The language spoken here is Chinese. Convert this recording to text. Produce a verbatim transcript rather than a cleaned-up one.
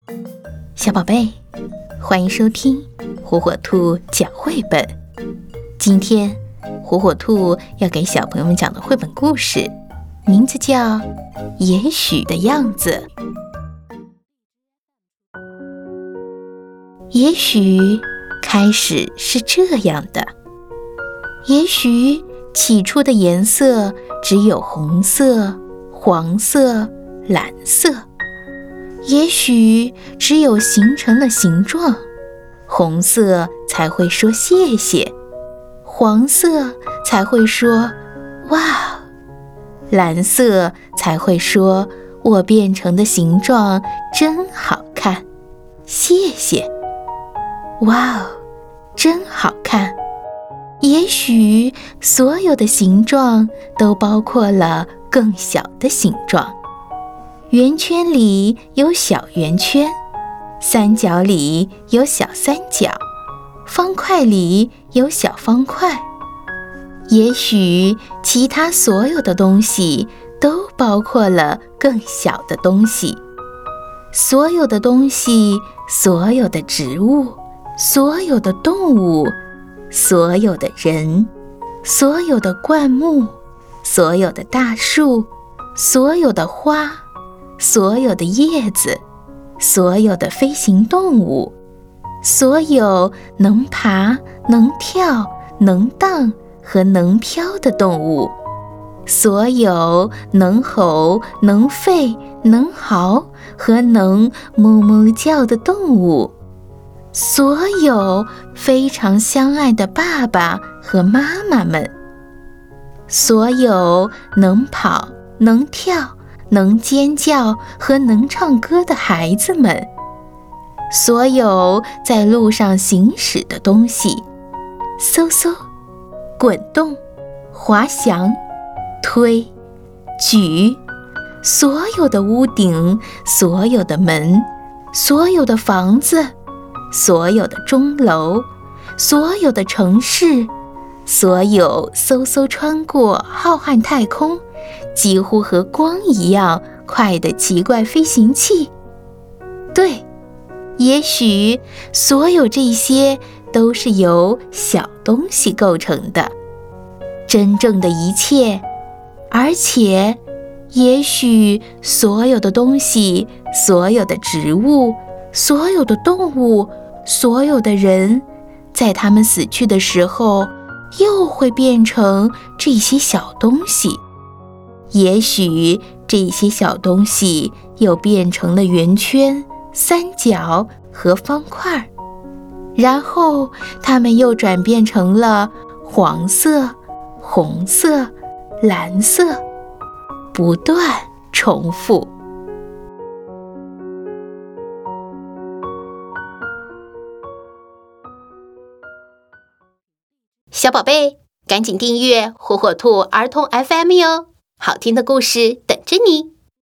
小宝贝，欢迎收听火火兔讲绘本。今天火火兔要给小朋友们讲的绘本故事，名字叫《也许的样子》。也许开始是这样的，也许起初的颜色只有红色、黄色、蓝色，也许只有形成了形状，红色才会说谢谢，黄色才会说哇，蓝色才会说我变成的形状真好看，谢谢。哇哦，真好看！也许所有的形状都包括了更小的形状，圆圈里有小圆圈，三角里有小三角，方块里有小方块。也许其他所有的东西都包括了更小的东西，所有的东西，所有的植物，所有的动物，所有的人，所有的灌木，所有的大树，所有的花，所有的叶子，所有的飞行动物，所有能爬、能跳、能荡和能飘的动物，所有能吼、能吠、能嚎和能哞哞叫的动物，所有非常相爱的爸爸和妈妈们，所有能跑、能跳、能尖叫和能唱歌的孩子们，所有在路上行驶的东西，嗖嗖、滚动、滑翔、推、举，所有的屋顶，所有的门，所有的房子，所有的钟楼，所有的城市，所有嗖嗖穿过浩瀚太空，几乎和光一样快的奇怪飞行器。对，也许所有这些都是由小东西构成的，真正的一切，而且也许所有的东西，所有的植物，所有的动物，所有的人，在他们死去的时候又会变成这些小东西。也许这些小东西又变成了圆圈、三角和方块，然后它们又转变成了黄色、红色、蓝色，不断重复。小宝贝，赶紧订阅火火兔儿童 F M 哟，好听的故事等着你。